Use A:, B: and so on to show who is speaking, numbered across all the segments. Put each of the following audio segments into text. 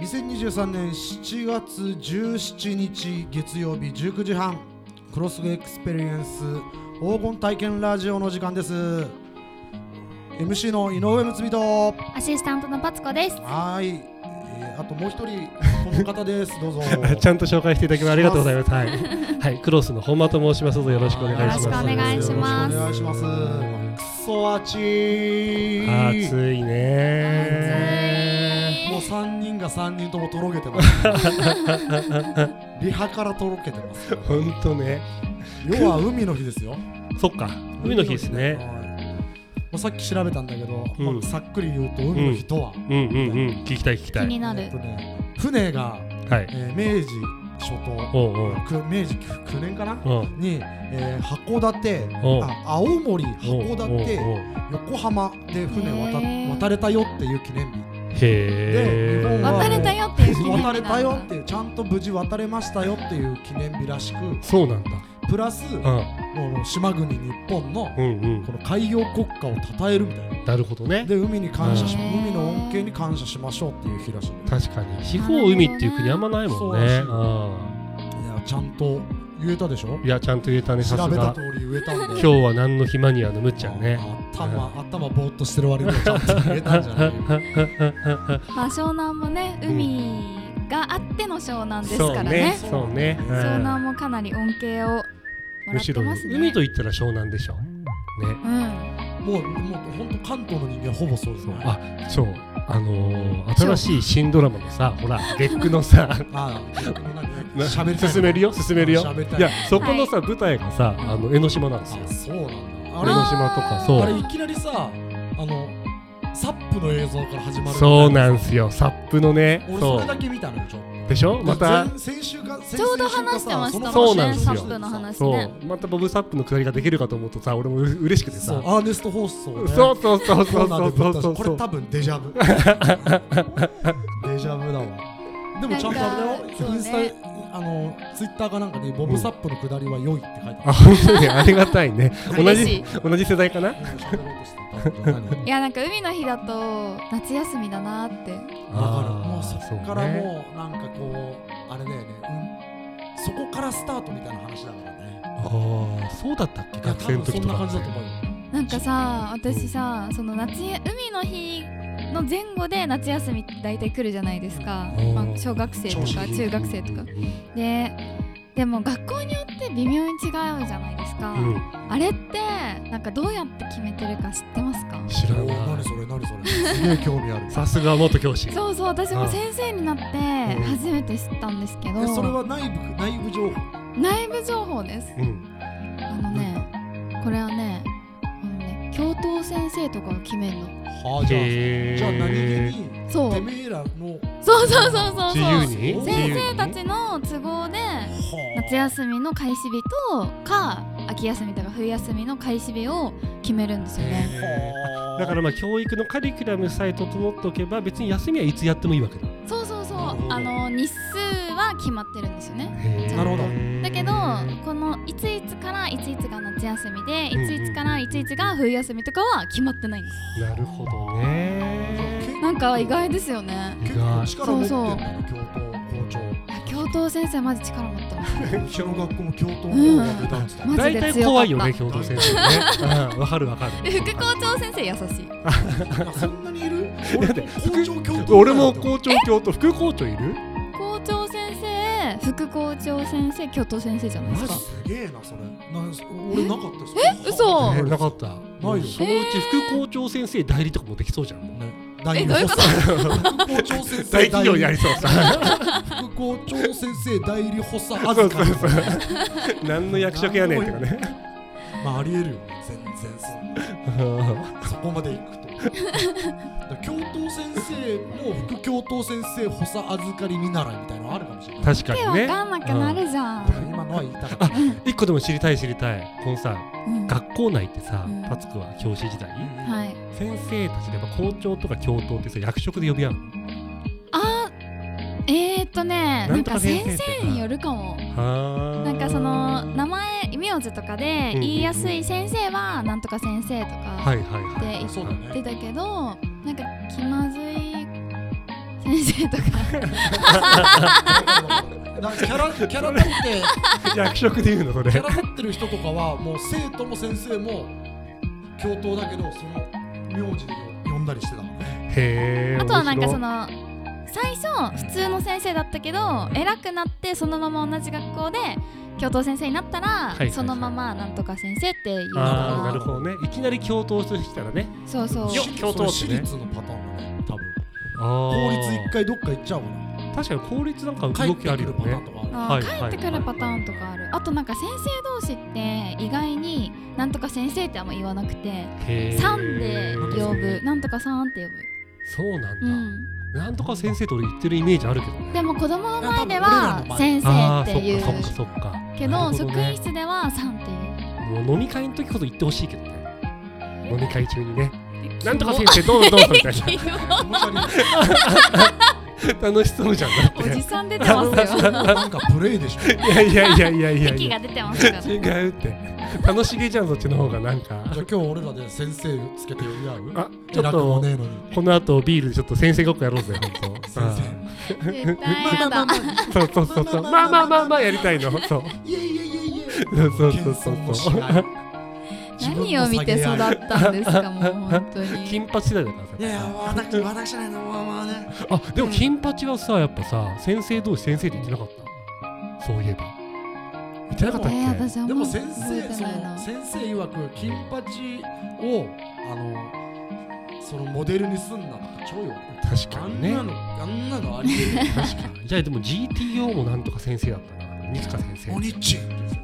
A: 2023年7月17日月曜日19時半クロスエクスペリエンス黄金体験ラジオの時間です。 MC の井上睦美と
B: アシスタントのパツコです。
A: はい、あともう一人この方ですどうぞ
C: ちゃんと紹介していただきまありがとうございます。はい、はい、クロスの本間と申します。どうぞよろしくお願いします。
B: よろしくお願いします。
A: よろしくお願いします。くそ暑い。
C: 暑いね。
A: もう3人が3人ともとろけてますリハからとろけてます。
C: ほんとね。
A: 要は海の日ですよ。
C: そっか、海の日ですね。
A: さっき調べたんだけど、さっくり言うと海の日とは、
C: 聞きたい聞きたい。
B: 気になる。
A: 船が、明治初頭、明治9年かな、に、函館、青森、函館、横浜で船渡れたよっていう記念日。
C: へー。
B: 渡れたよっていう記念日。
A: 渡れたよっていう、ちゃんと無事渡れましたよっていう記念日らしく。
C: そうなんだ。
A: プラス、もう島国日本のこの海洋国家を称えるみたいな。
C: なるほどね。
A: で海に感謝し、海の恩恵に感謝しましょうっていう日らしい。
C: 確かに四方海っていう国あんまないもんね。いや
A: ちゃんと言えたでしょ。
C: いやちゃんと言えたね。さすが。
A: 調べた通り言えたんで。
C: 今日は何の日マニアのむっちゃんね。
A: 頭ぼーっとしてる割にはちゃんと言えたんじゃない。
B: まあ湘南もね海があっての湘南ですからね。
C: そうね。
B: 湘南もかなり恩恵を
C: むしろ海と言ったら湘南でしょ。ね。
A: もう本当関東の人間ほぼそうですね。
C: あ、そう。新しい新ドラマのさ、ほら月9のさ、進めるよ。いや、そこのさ舞台がさ、江ノ島なんですよ。
A: そうなんだ。
C: 江ノ島とか、そう。
A: あれいきなりさ、サップの映像から始まる。
C: そうなんですよ。サップのね。
A: 俺それだけ見たのよ。ちょっと。
C: でしょ。また
A: 先週か
B: ちょうど話してました
C: もんね。
B: サップの話ね。
C: またボブサップのくだりができるかと思うとさ、俺も嬉しくてさ。
A: アーネスト放送ね。
C: そう。
A: これ多分デジャブ。デジャブだわ。でもちゃんとあれだよ。インスタツイッターかなんかにボブサップのくだりは良いって書いてある。
C: あ、本当にありがたいね。同じ世代かな。
B: いやなんか海の日だと夏休みだなって。
A: わかる。もうそこからもうなんかこうあれだよね。そこからスタートみたいな話だからね。
C: ああ、そうだったっけ、学生の時とか。
A: そんな感じだと思うよ。
B: なんかさ、私さ、その海の日の前後で夏休み大体来るじゃないですか。小学生とか中学生とかでも学校によって微妙に違うじゃないですか。あれってなんかどうやって決めてるか知ってますか？
C: 知らない。
A: 何それすげえ興味ある。
C: さすが元教師。
B: そう私も先生になって初めて知ったんですけど。
A: それは内部情報。
B: 内部情報です。これはね教頭先生とかが決めるの。
A: じゃあ何気にてめえらの
B: そう
C: 自由に
B: 先生たちの都合で夏休みの開始日とか秋休みとか冬休みの開始日を決めるんですよね。
C: だからまあ教育のカリキュラムさえ整っておけば別に休みはいつやってもいいわけだ。
B: そう日数は決まってるんですよね。
A: なるほど。
B: だけどこのいついつからいついつが夏休みでいついつからいついつが冬休みとかは決まってないんです。
C: なるほどね。
B: なんか意外ですよね。
A: 結構力持ってんだね。教頭
B: 先生マジ力持ってます。
A: うちの学校も教頭の方が出たんですか。
C: 大体怖いよね、教頭先生ね。わかる。
B: 副校長先生優しい。
A: そんなにいる？
C: 俺も校長教頭副校長いる？
B: 校長先生、副校長先生、教頭先生じゃないですか。
A: すげえなそれ。俺なかったです。
B: 嘘？
C: なかった。ないよ。そのうち副校長先生代理とかもできそうじゃん。
B: どういうこと？
A: 副校長先生
C: 大企業にありそうさ。
A: 副校長先生代理補佐あ
C: ずかり。何の役職やねんってかね。
A: まあありえるよね。全然そこまで行くと。教頭先生も副教頭先生補佐預かり見習いみたいなのあるかもしれない。
C: 確かにね。
B: 分かんなくなるじゃん。
A: 今のは言いたかった。
C: 一個でも知りたい。このさ、学校内ってさ、パツクは教師時代、先生たちで校長とか教頭ってさ役職で呼び合うの？
B: なんか先生によるかも。なんかその名前名字とかで言いやすい先生はなんとか先生とかって言ってたけど、なんか気まずい先先生とか
A: なんかキャラ立って
C: 役職で言うのそれ。
A: キャラ立ってる人とかはもう生徒も先生も教頭だけどその名字で呼んだりしてたのね。
C: へー。
B: あとはなんかその最初普通の先生だったけど偉くなってそのまま同じ学校で教頭先生になったら、そのままなんとか先生っていうの
C: が。なるほどね。いきなり教頭してきたらね。
B: そうそう。
C: 教頭ってね。
A: 私立のパターンだね多分。公立一回どっか行っちゃうかな。
C: 確かに公立なんか動きあるよね。
B: 帰ってくるパターンとかある。あとなんか先生同士って意外になんとか先生ってあんま言わなくてさんで呼ぶ。なんとかさんって呼ぶ。
C: そうなんだ。なんとか先生と俺言ってるイメージあるけどね。
B: でも子供の前では先生っていう
C: そっか
B: けど職員室ではさんっていう。
C: もう飲み会の時ほど言ってほしいけどね。飲み会中にねなんとか先生どうぞどうぞみたいな楽しそうじゃん。
B: おじさん出てますよ。
A: なんかプレイでしょ。
C: いや
B: 息が出てますから。
C: 違うって楽しげじゃんそっちの方がなんか。
A: じゃあ今日俺らで先生つけて呼び合う。
C: あちょっとこの後ビールでちょっっと先生ごっこやろうぜ本当。
B: 先生絶対やだ。
C: そうまあやりたいの。そう
A: いや
C: そう
B: 何を見て育ったんですかもう本当に。
C: 金八世代だからさ。
A: いや私ないのまあね。
C: あでも金八はさやっぱさ先生同士先生って言ってなかった。そういえば言ってなかったっけ。
A: でも先生曰く金八をそのモデルにすんなって超よ。
C: 確かにね。
A: あんなのありえる。
C: 確かに。じゃあでも GTO もなんとか先生だったな。三塚先生。
A: おにっち。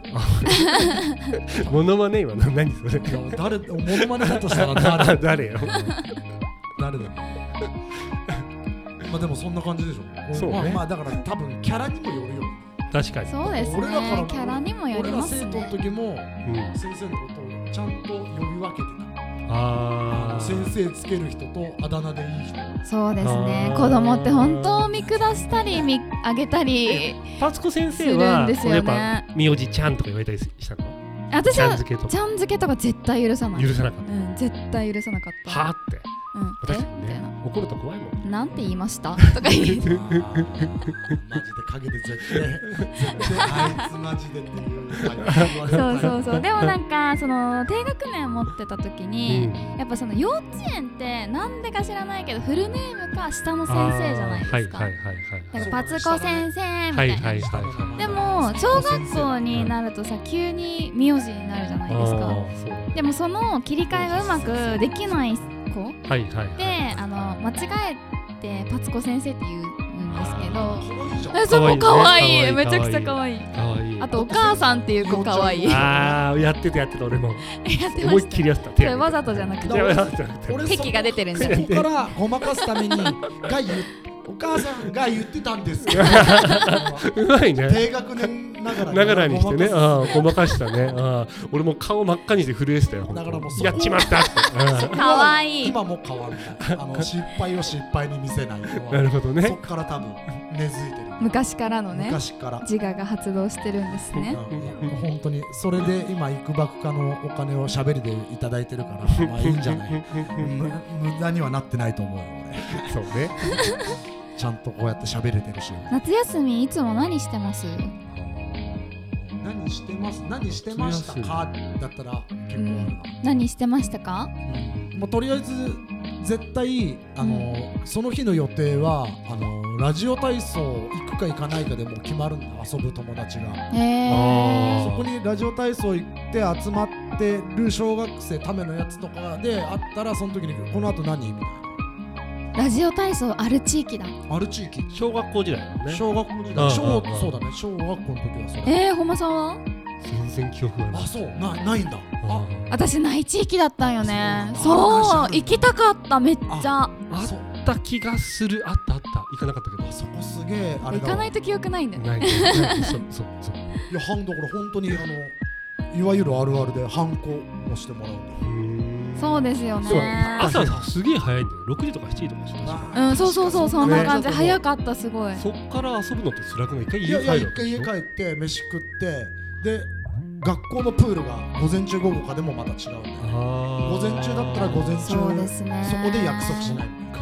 C: モノマネ今何それ。
A: 誰モノマネだとしたら
C: 誰よ。
A: 誰だ。まあでもそんな感じでしょ。そうね。まあだから多分キャラにもよるよ。
C: 確かに。
B: そうですね。キャラにもよりますね。
A: 俺ら生徒の時も先生のことをちゃんと呼び分けてた。先生つける人とあだ名でいい人。
B: そうですね。子供って本当見下したりあげたり
C: パツコ先生はやっぱ名字ちゃんとか言われたりしたの。
B: 私はちゃん付けとか絶対許さない。
C: 許さなかった。
B: 絶対許さなかった。
C: はあって。確かにね。怒ると怖いもん。
B: なんて言いましたとか言って。
A: マジで陰で絶対あいつマジでっていう。
B: そうでもなんかその低学年持ってた時にやっぱその幼稚園ってなんでか知らないけどフルネームか下の先生じゃないですか。だからパツコ先生みたいな。でも小学校になるとさ急に名字になるじゃないですか。でもその切り替えがうまくできない子で間違えてパツコ先生って言うんですけど、そこかわいい。めちゃくちゃかわいい。あとお母さんっていう子かわいい。
C: やってた俺も思いっきりやってた。
B: わざとじゃなくて癖が出てるんで。
A: そこからごまかすためにお母さんが言ってたんですけど
C: うまいね。
A: 低学年な
C: がらにしてね。ごまかしたね。俺も顔真っ赤にして震えてたよ。
A: だからもう
C: やっちまったって。
B: かわいい。
A: 今も変わんない。失敗を失敗に見せない。
C: なるほどね。
A: そっから多分根付いてる。
B: 昔からのね。
A: 昔から
B: 自我が発動してるんですね。
A: 本当にそれで今いくばくかのお金をしゃべりでいただいてるからまあいいんじゃない。無駄にはなってないと思うよ俺。
C: そうね。
A: ちゃんとこうやって喋れてるし。
B: 夏休みいつも何してます？
A: 何してましたかだったら結構あるな。
B: 何してましたか？
A: もうとりあえず絶対その日の予定はラジオ体操行くか行かないかでも決まるんだ。遊ぶ友達が。そこにラジオ体操行って集まってる小学生ためのやつとかであったらその時にこの後何みたいな。
B: ラジオ体操ある地域だ。
A: ある地域。
C: 小学校時代だね。
A: 小学校時代。そうだね。小学校の時はそれ。
B: 本間さんは？
C: 全然記憶がない。
A: そうないんだ。
B: 私ない地域だったんよね。そう行きたかっためっちゃ。
C: あった気がする。あった行かなかったけど。
A: そこすげえあれだ。
B: 行かないと記憶ないんだよね。
C: そう。いや
A: だから本当にいわゆるあるあるでハンコをしてもらう。
B: そうですよね。
C: 朝すげえ早いんだよ。6時とか7時とかしたし。
B: そうそんな感じ。早かったすごい。
C: そっから遊ぶのって辛くない？一回家
A: 帰って飯食ってで学校のプールが午前中午後かでもまた違うんだよね。午前中だったら午前中そこで約束しない。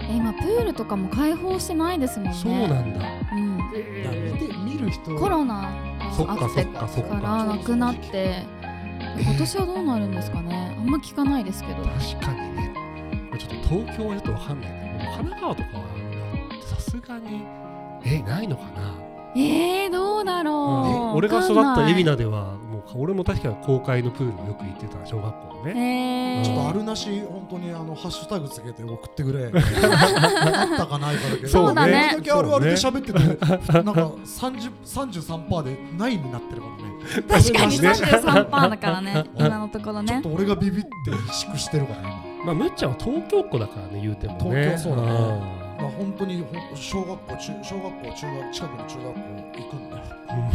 B: 今プールとかも開放してないですもんね。
C: そうなんだ。
A: 見る人
B: コロナがあってからなくなって、今年はどうなるんですかね。あんま聞かないですけど。
C: 確かにね。ちょっと東京はちょっとわかんないね。神奈川とかはさすがにないのかな。
B: どうだろ
C: う。俺が育った海老名ではもう俺も確か公開のプールよく行ってた小学校ね。
A: ちょっとあるなし本当にハッシュタグつけて送ってくれ。あったかないかだけど。
B: そうだね。
A: だけあるあるで喋っててなんか33%でないになってるからね。
B: 確かに 33% だからね今のところね。
A: ちょっと俺がビビって萎縮してるからね。
C: まあむっちゃんは東京っ子だからね言うてもね。
A: 東京そうだね。本当に小学校中学近くの中学校行くんだよ。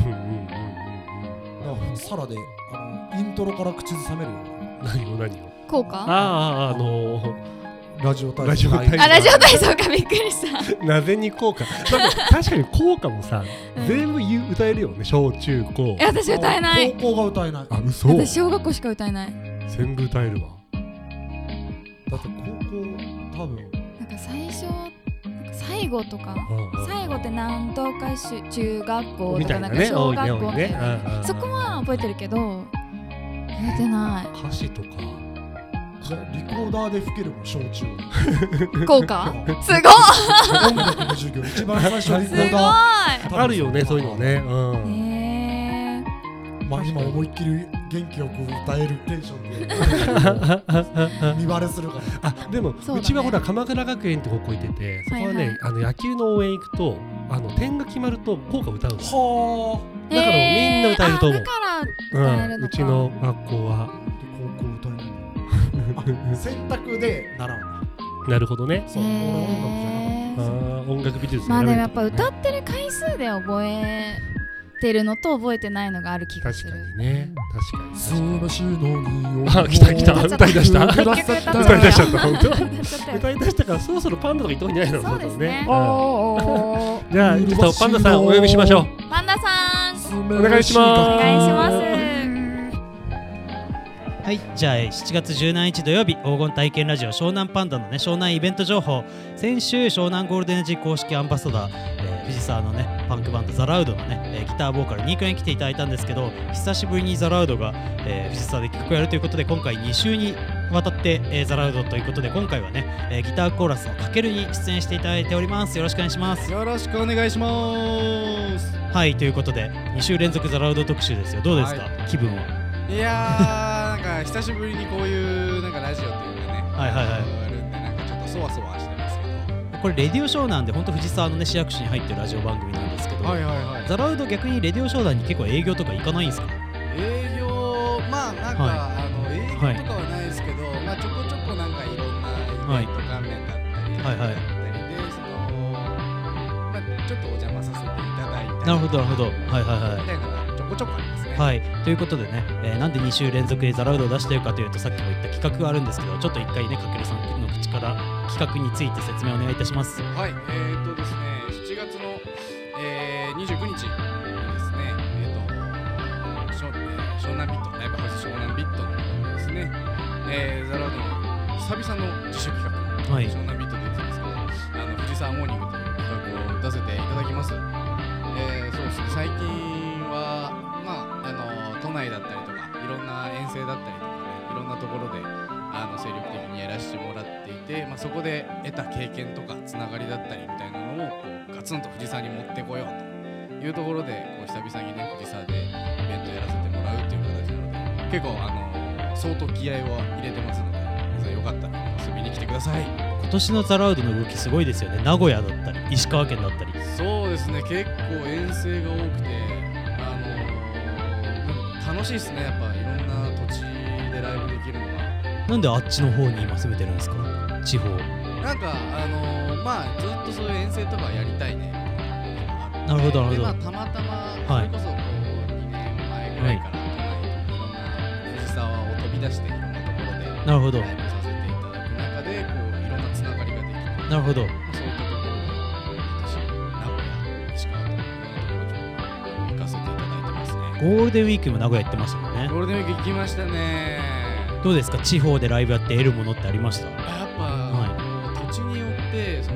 A: だからサラでイントロから口ずさめるよ。
C: 何を
B: 効果？
A: ラジオ体操。
B: ラジオ体操かびっくりした。
C: なぜに効果？確かに効果もさ全部歌えるよね。小中高。
B: 私歌えない。
A: 高校が歌えない。
C: あ、嘘。
B: 私小学校しか歌えない。
C: 全部歌えるわ。
A: だって高校多分
B: なんか最後とか最後ってなんとか中学校とかなんか小学校みたいな、そこは覚えてるけど覚えてない。
C: 歌詞とか
A: リコーダーで吹けるもん小中
B: 効果すごい。
A: 音楽の授業一番最初リコーダ
C: ーあるよね。そういうのね。
A: まあ今思いっきり元気よく歌えるテンションで見バレするから。
C: あ、でもうちはほら鎌倉学園って高校行ってて、そこはね野球の応援行くと点が決まると校歌歌うんですよ。だからみんな歌えると思う。
B: だから歌えるのか。
C: うちの学校は
A: 高校歌えない。選択で習う。
C: なるほどね。
A: そう、俺音楽じゃなかった。
C: 音楽美術。
B: まあでもやっぱ歌ってる回数で覚えてるのと覚えてないのがある気がする。
C: 確かにね。確かに。
A: 来
C: た。歌い出した。
B: 歌い
C: 出しちゃった本当。歌い出したからそろそろパンダとか言った方がいいんじゃないの。
B: そうですね。
C: じゃあちょっとパンダさんお呼びしましょう。
B: パンダさん。
C: お願いします。
B: お願いします。
D: はい、じゃあ7月17日土曜日黄金体験ラジオ湘南パンダのね湘南イベント情報。先週湘南ゴールデンエナジー公式アンバサダー、藤沢のねパンクバンドザラウドのね、ギターボーカルニークに来ていただいたんですけど、久しぶりにザラウドが、藤沢で企画をやるということで今回2週にわたって、ザラウドということで今回はね、ギターコーラスのかけるに出演していただいております。よろしくお願いします。
E: よろしくお願いします。
D: はい、ということで2週連続ザラウド特集ですよ。どうですか、はい、気分は。
E: いやーなんか久しぶりにこういうなんかラジオっていうかね、やるんでなんかちょっとそわそわしてますけど、
D: これレディオショーなんで本当藤沢のね市役所に入ってるラジオ番組なんですけど、ザラウド逆にレディオショー団に結構営業とか行かないんですか？
E: 営業まあなんか、営業とかはないですけど、まあちょこちょこなんかいろんなイベント関連だったりだったりで、まあちょっとお邪魔させていただいたり、
D: なるほどみた
E: いなのがちょこちょこありますね。
D: はい、ということでね、なんで2週連続でザラウドを出してるかというと、さっきも言った企画があるんですけど、ちょっと一回ねかけるさんの口から企画について説明お願いいたします。
E: はい、ですね7月の、29日にですね、湘南ビットライブハウス湘南ビットのですね、ザラウドの久々の自主企画、湘南ビットで言ってるんですけど、藤沢モーニングという企画を出せていただきます。そうですね、最近は都内だったりとかいろんな遠征だったりとかね、いろんなところで精力的にやらせてもらっていて、そこで得た経験とかつながりだったりみたいなのをこうガツンと藤沢に持ってこようというところで、こう久々にね藤沢でイベントやらせてもらうっていう形なので、結構相当気合は入れてますので、皆さんよかったら遊びに来てください。
D: 今年のザラウドの動きすごいですよね。名古屋だったり石川県だったり。
E: そうですね、結構遠征が多くて楽しいですね。やっぱいろんな土地でライブできるのが。
D: なんであっちの方に今攻めてるんですか、地方。
E: なんかずっとそういう遠征とかやりたいねっていうのがあって、
D: なるほど
E: でたまたまそれこそこう2年前ぐらいから都内といろんな藤沢を飛び出していろんなところで
D: なるほど
E: ライブさせていただく中でこういろんなつながりができて、
D: なるほど、
E: そういったところで私名古屋石川といろんなところ行かせていただいてますね。
D: ゴールデンウィークも名古屋行ってましたもんね。
E: ゴールデンウィーク行きましたね。
D: どうですか、地方でライブやって得るものってありました？
E: やっぱ、土地によってその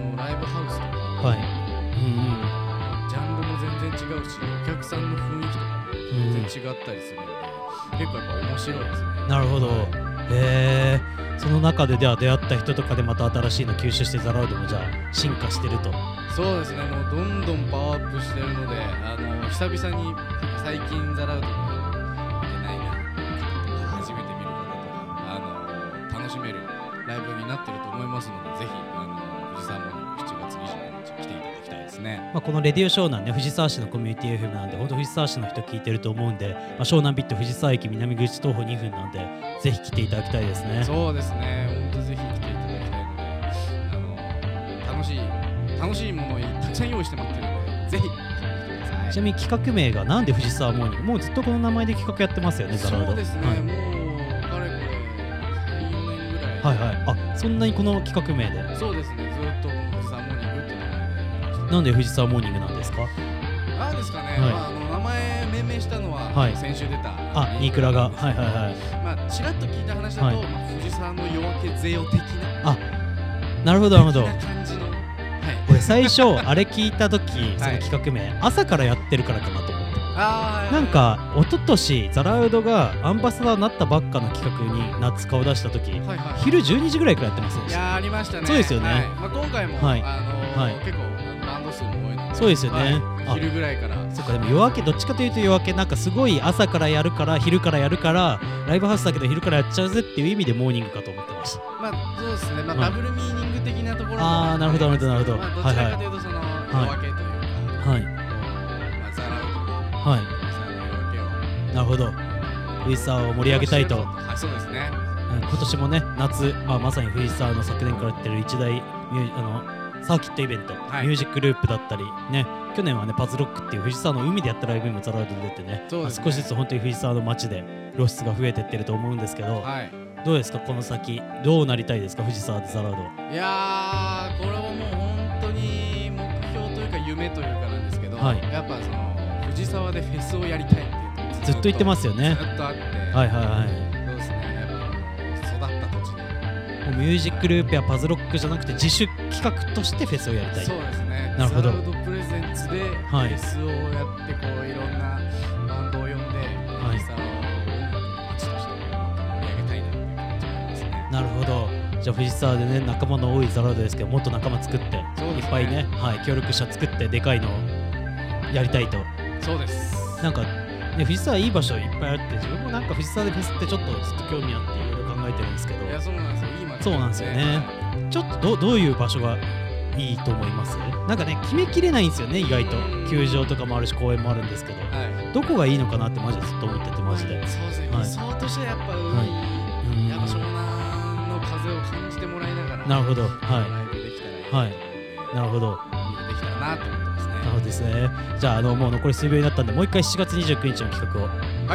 E: はい、ジャンルも全然違うし、お客さんの雰囲気とかも全然違ったりするので、結構やっぱ面白いですね。
D: なるほど。その中で出会った人とかでまた新しいの吸収してザラウドもじゃあ進化してると。
E: そうですね、もうどんどんパワーアップしてるので、久々に最近ザラウドも見てないな初めて見る方とか楽しめるライブになってると思いますので、ぜひ藤沢モーニング7月25日来ていただきたいですね。
D: このレディオ湘南ね、藤沢市のコミュニティ FM なんで、本当藤沢市の人聞いてると思うんで、湘南ビット藤沢駅南口徒歩2分なんで、ぜひ来ていただきたいですね。
E: そうですね、本当ぜひ来ていただきたいので、楽しいものをたくさん用意して待ってるので、ぜひ来てください。
D: ちなみに企画名がなんで藤沢モーニング、もうずっとこの名前で企画やってますよね、ザラウド。
E: そうですね、もうかれこれ3、4年ぐらい。
D: はいはい。そんなにこの企画名で。
E: そうですね、ずっと藤沢モーニングっていう名前で。
D: なんで藤沢モーニングなんですか？
E: なんですかね、名前命名したのは、先週出た
D: ニークラが、
E: ちらっと聞いた話だと、藤沢の夜明けぜよ的な。
D: なるほどなるほど。
E: 感じの。
D: これ最初あれ聞いた時、その企画名朝からやってるからかなと思って。なんか一昨年ザラウドがアンバサダーになったばっかの企画に夏顔出した時、昼12時ぐらいからやってますよね。
E: いやありましたね。
D: そうですよね。
E: 今回も結構バンド数も多いので。
D: そうですよね。
E: 昼ぐらいから。
D: そっか、でも夜明け、どっちかというと夜明けなんかすごい朝からやるから昼からやるからライブハウスだけど昼からやっちゃうぜっていう意味でモーニングかと思ってました。
E: そうですね。ダブルミーニング的なところも。
D: なるほどなるほどなるほど。
E: どちらかというとその夜明けというか。ザラウド。な
D: るほど。藤沢を盛り上げたいと。
E: そうですね。
D: 今年もね、夏、まさに藤沢の昨年からやってる一大サーキットイベント、ミュージックループだったりね、去年はねパズロックっていう藤沢の海でやったライブにもザラウドで出てね、少しずつ本当に藤沢の街で露出が増えてってると思うんですけど、どうですかこの先どうなりたいですか藤沢でザラウド。
E: いやー、これはもう本当に目標というか夢というかなんですけど、やっぱその藤沢でフェスをやりたいっていうの
D: ずっと言ってますよね。
E: ずっとあって、そうですね、やっぱ育った土地で
D: ミュージックループやパズロックじゃなくて自主企画としてフェスをやりたい。
E: そうですね。
D: なるほど。
E: ザラウドプレゼンツでフェスをやってこういろんなバンドを呼んで藤沢を音楽の街として盛り上げたいなっていう感じがありますね。
D: なるほど。じゃあ藤沢でね仲間の多いザラウドですけど、もっと仲間作っていっぱいね、協力者作ってでかいのをやりたいと。
E: そうです。
D: なんかね、藤沢いい場所いっぱいあって、自分もなんか藤沢でフェスってちょっとずっと興味あっていろいろ考えてるんですけど。
E: いや、そうなんですよ。いい街。
D: そうなんですよね。ちょっとどういう場所がいいと思います？なんかね決めきれないんですよね、意外と。球場とかもあるし公園もあるんですけど、どこがいいのかなってマジでずっと思ってて、マジで。
E: そうですね。理想としてはやっぱ海、やっぱ湘南の風を感じてもらいながら、
D: なるほど、
E: ライブできたらいい
D: なるほど、
E: できたらなと思ってますね。
D: なるほどですね。じゃあもう残り数秒になったんで、もう一回7月29日の企画を。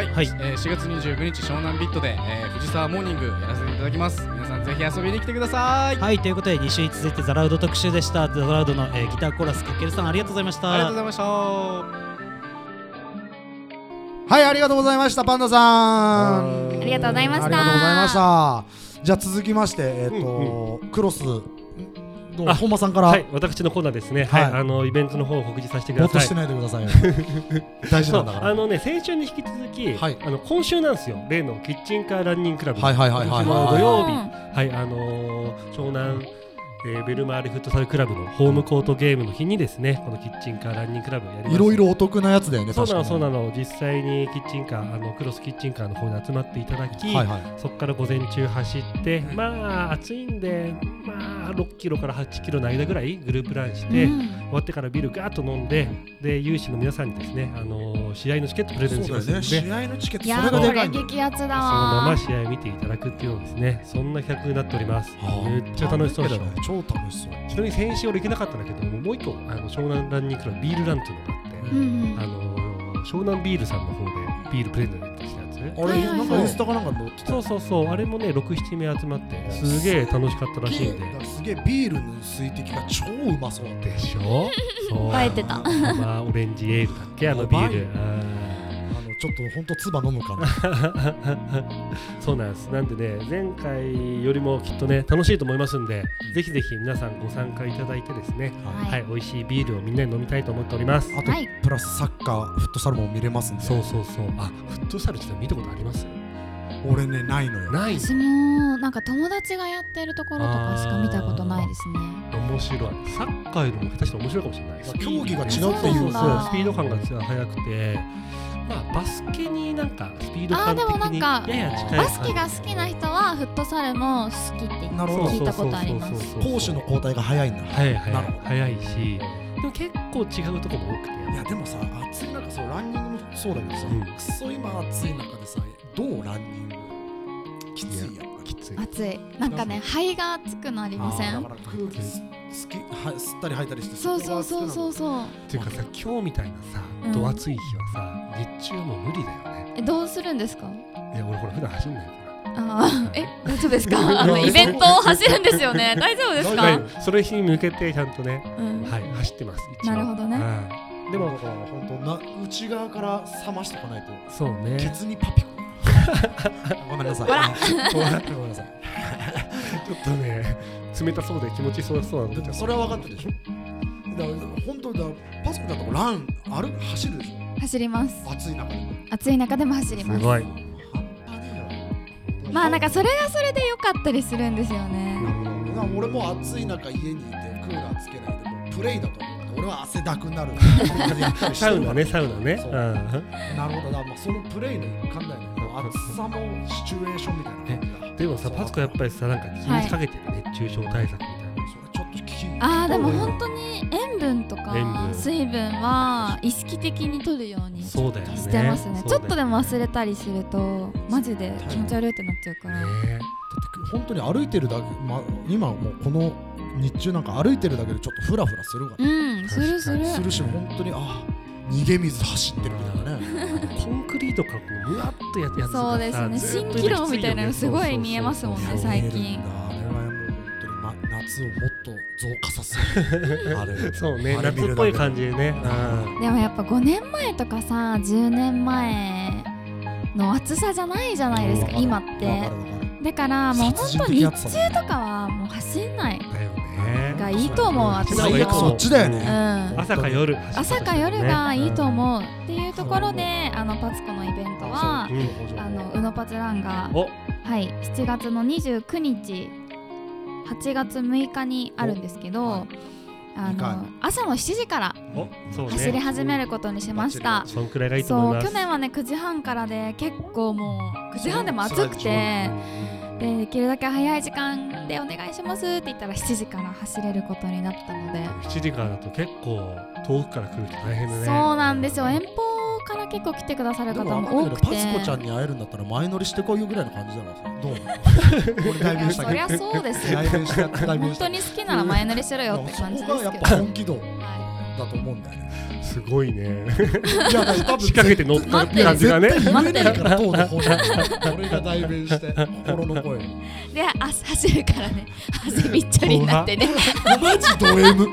E: 4月29日湘南ビットで、藤沢モーニングやらせていただきます。皆さんぜひ遊びに来てください。
D: はい、ということで2週に続いてザラウド特集でした。ザラウドの、ギターコーラスかけるさん、ありがとうございました。
E: ありがとうございました。
A: はい、ありがとうございました。パンダさん、
B: ありがとうございました。
A: ありがとうございました。じゃあ続きましてクロス本間さんから。
C: 私のコーナーですね。イベントの方を告知させてください。
A: ぼーっとしてないでくださいよ。大事なんだから。
C: 先週に引き続き今週なんですよ、例のキッチンカーランニングクラブ、土曜日、湘南ベルマーレフットサルクラブのホームコートゲームの日にですね、このキッチンカーランニングクラブをやります。
A: いろいろお得なやつだよね。
C: そうなの。実際にキッチンカークロスキッチンカーの方に集まっていただき、そこから午前中走って、暑いんで6キロから8キロの間ぐらいグループランして、終わってからビールガーッと飲んで、で有志の皆さんにですね、試合のチケットプレゼントしますので、
A: 試合のチケット、それがでかい。
B: 激アツだわ。
C: そのまま試合見ていただくっていうのですね、そんな企画になっております。めっちゃ楽しそうでしょ。
A: 超楽しそう。
C: ちなみに先週俺行けなかったんだけどもう一個湘南ランニングクラブビールランっていうのがあって、湘南ビールさんの方でビールプレゼントしたやつ、
A: あれなんかインスタかなんか載ってた。
C: そうあれもね 6,7 名集まってすげえ楽しかったらしいんで、
A: すげえビールの水滴が超うまそう
C: でしょ。
B: 映えてた。
C: オレンジエールだっけ、ビール。
A: ちょっと本当唾飲むかな
C: そうなんです。なんでね、前回よりもきっとね楽しいと思いますんで、ぜひぜひ皆さんご参加いただいてですね、はい、美味しいビールをみんなに飲みたいと思っております。
A: あと、プラスサッカー、フットサルも見れますんで。
C: そうそうそう。あ、フットサル実は見たことあります？
A: 俺ね、ないのよ。
C: ない。
B: 私もなんか友達がやってるところとかしか見たことないですね。
C: 面白い。サッカーよりも下手したら面白いかもしれない。
A: 競技が違うっていう。
C: そうスピード感が速くて、まあバスケになんかスピード感的にやや近い。
B: バスケが好きな人はフットサルも好きって聞いたことあります。
A: 攻守の交代が早いんだ。
C: 早いし、でも結構違うところも多くて。
A: いやでもさ、暑い中そうランニングもそうだけどさ、くそ今暑い中でさ、どうランニングきついやっぱきつい。
B: 暑い。なんかね、肺が熱くなりません？
A: だから空気吸ったり吐いたりして。
B: そう。って
C: いうかさ、今日みたいなさ、ど暑い日はさ、日中も無理だよね。
B: どうするんですか？
C: いや俺ほら普段走んないから。
B: 大丈夫ですか？イベントを走るんですよね。大丈夫ですか？
C: それ日に向けてちゃんとね、走ってます。
B: なるほどね。
C: でも
A: 本当内側から冷ましてこないと。
C: そうね。
A: ケツにパピコ。ごめんなさい。ごめんなさい。ちょ
C: っとね、冷たそうで気持ちそうなんだ。
A: それは分かってるでしょ。だから本当だ、パスコだとラン走るでしょ。
B: 走ります。
A: 暑い中
B: でも走ります。
C: すごい。
B: まあなんかそれがそれで良かったりするんですよね。
A: 俺も暑い中家にいてクーラーつけないでもプレイだと思って、俺は汗だくになる。
C: サウナね。
A: なるほど。だからそのプレイの一環だよね。暑さもシチュエーションみたいな感じだ。
C: でもさ、パスコやっぱりさ、なんか気にかけてる熱中症対策みたいな。
A: ちょっと聞き。
B: でも本当に塩分とか水分は意識的に取るようにしてますね。ちょっとでも忘れたりするとマジで気持ち悪いってなっちゃうから。だって
A: 本当に歩いてるだけ、今もうこの日中なんか歩いてるだけでちょっとフラフラするから。するし、本当に逃げ水走ってるみたいなね。
C: コンクリートからむわっとやつがさ、
B: そうですね。蜃気楼みたいなのすごい見えますもんね最近。
A: 夏をもっと増加させる。
C: そうね、夏っぽい感じでね。
B: でもやっぱ5年前とかさ、10年前の暑さじゃないじゃないですか今って。だからもう本当日中とかはもう走んないがいいと思う。私は
A: そっちだよね。
C: 朝か夜
B: がいいと思うっていうところで、パツコのイベントはうのぱつランが7月の29日8月6日にあるんですけど、朝の7時から走り始めることにしました。
C: そんくらいがいいと思います。
B: 去年はね9時半からで、結構もう9時半でも暑くて、できるだけ早い時間でお願いしますって言ったら7時から走れることになったので。
C: 7時からだと結構遠くから来る人大変だね。
B: そうなんですよ。遠方から結構来てくださる方も多くて。
A: パツコちゃんに会えるんだったら前乗りしてこいよぐらいの感じだからさ。どう？
B: そりゃそうですよ。本当に好きなら前乗りしろよって感じですけど。
A: そこがやっぱ本気度だと思うんだよね。
C: すごいね。
A: いや多分
C: 仕掛けて乗ったって感じがね。
B: 待ってる
A: から当の方で俺が代弁して心の声
B: で走るからね。汗びっちょりになってね。
A: マジド M。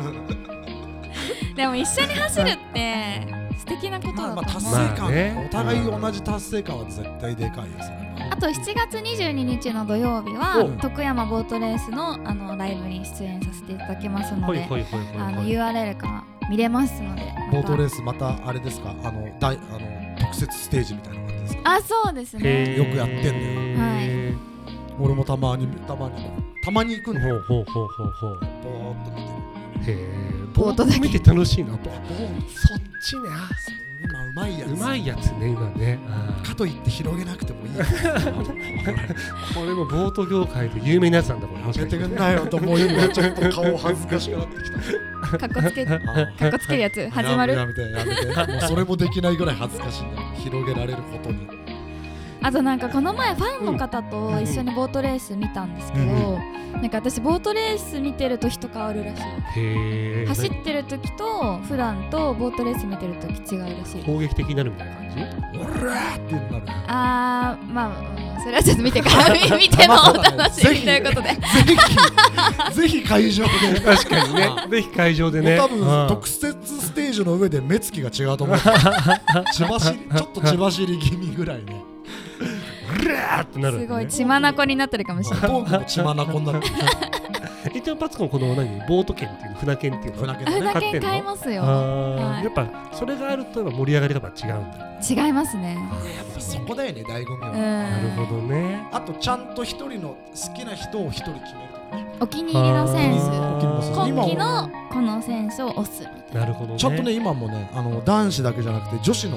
B: でも一緒に走るって素敵なことだと思う。
A: 達成感、お互い同じ達成感は絶対でかいですね。
B: あと7月22日の土曜日は徳山ボートレースのライブに出演させていただきますので、URL から見れますので。
A: ボートレースまたあれですか、特設ステージみたいな感じですか？
B: そうですね。
A: よくやってんだよ。俺もたまに行くんだよ。ボーっと見てる。
C: ボート見て楽しいな。そっちね。
A: 今うまいやつ
C: ね今ね。
A: かといって広げなくてもいい。
C: これもボート業界で有名なやつなんだもん。
A: やめてくんないよと思うよ。ちょっと顔恥ずかしくなってきた。
B: かっこつけるやつ始まる。
A: やめて。もうそれもできないぐらい恥ずかしいんだよ。広げられることに。
B: あとなんかこの前ファンの方と一緒にボートレース見たんですけど、なんか私ボートレース見てると人変わるらしい。走ってる時と普段とボートレース見てる時違うらしい。
C: 攻撃的になるみたいな感じ？
A: オラーってなる。
B: それはちょっと見てから見てのお楽しみということで。
A: ぜひ会場で。
C: 確かにね。ぜひ会場でね。
A: 多分特設ステーージの上で目つきが違うと思うちょっと血走り気味ぐらいね
C: グラーってなる、ね、
B: すごい血まなこになってるかもしれない。
A: トークも血まなこになってる
C: 一応パツコンこのボート券っていう船券っていうの
B: 船券買いますよ。
C: やっぱそれがあると盛り上がりが違うん
B: だ。違いますね。
A: やっぱそこだよね醍醐味は。
C: なるほどね。
A: あとちゃんと一人の好きな人を一人決めるとかね。
B: お気に入りの選手、今季のこの選手を押すみたいな。
C: なるほどね。
A: ちゃんとね今もね男子だけじゃなくて女子の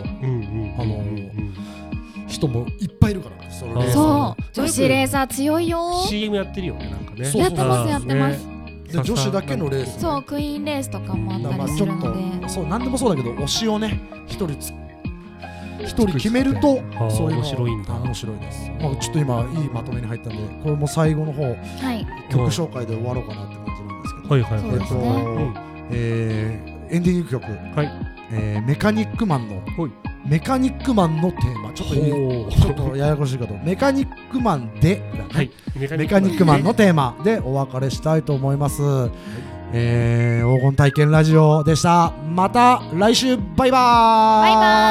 A: 人もいっぱいいるから
B: そう女子レーサー強いよ。
C: CM やってるよねなんかね。
B: やってます。
A: で女子だけのレース、
B: そうクイーンレースとかもあったりするので、
A: そう何でもそうだけど推しをね一人決めるとそういうの
C: 面白いんだ。
A: 面白いです。ちょっと今いいまとめに入ったんでこれも最後の方、曲紹介で終わろうかなって感じなんですけど、エンディング曲、メカニックマンのテーマちょっとややこしいけどメカニックマンで、メカニックマンのテーマでお別れしたいと思います。黄金体験ラジオでした。また来週バイバーイ。